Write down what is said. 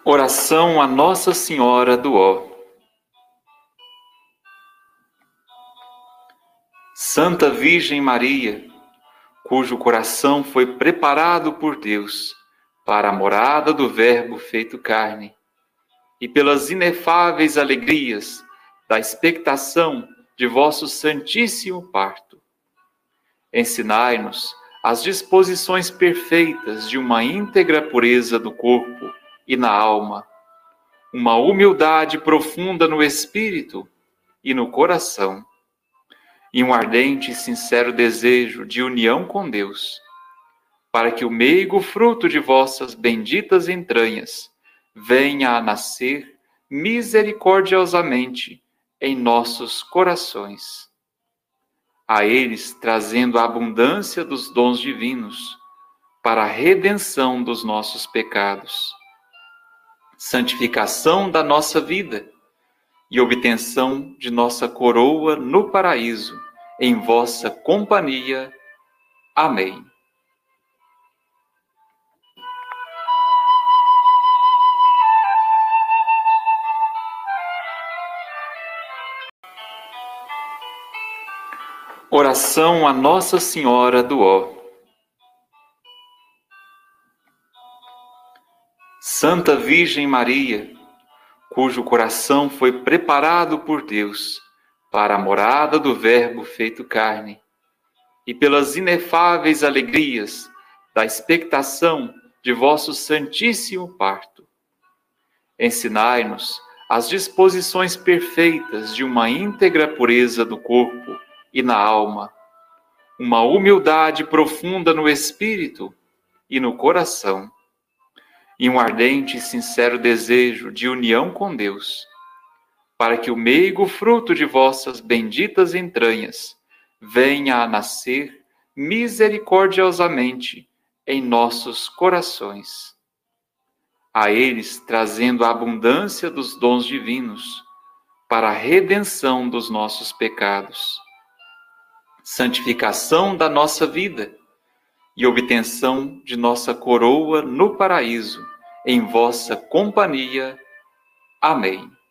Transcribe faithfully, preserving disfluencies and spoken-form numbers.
Oração a Nossa Senhora do Ó. Santa Virgem Maria, cujo coração foi preparado por Deus para a morada do Verbo feito carne, e pelas inefáveis alegrias da expectação de vosso santíssimo parto, ensinai-nos as disposições perfeitas de uma íntegra pureza do corpo e na alma, uma humildade profunda no espírito e no coração, e um ardente e sincero desejo de união com Deus, para que o meigo fruto de vossas benditas entranhas venha a nascer misericordiosamente em nossos corações. A eles trazendo a abundância dos dons divinos para a redenção dos nossos pecados, santificação da nossa vida e obtenção de nossa coroa no paraíso, em vossa companhia. Amém. Oração a Nossa Senhora do Ó. Santa Virgem Maria, cujo coração foi preparado por Deus para a morada do Verbo feito carne, e pelas inefáveis alegrias da expectação de vosso santíssimo parto, ensinai-nos as disposições perfeitas de uma íntegra pureza do corpo e na alma, uma humildade profunda no espírito e no coração, e um ardente e sincero desejo de união com Deus, para que o meigo fruto de vossas benditas entranhas venha a nascer misericordiosamente em nossos corações. A eles trazendo a abundância dos dons divinos para a redenção dos nossos pecados, santificação da nossa vida e obtenção de nossa coroa no paraíso, em vossa companhia. Amém.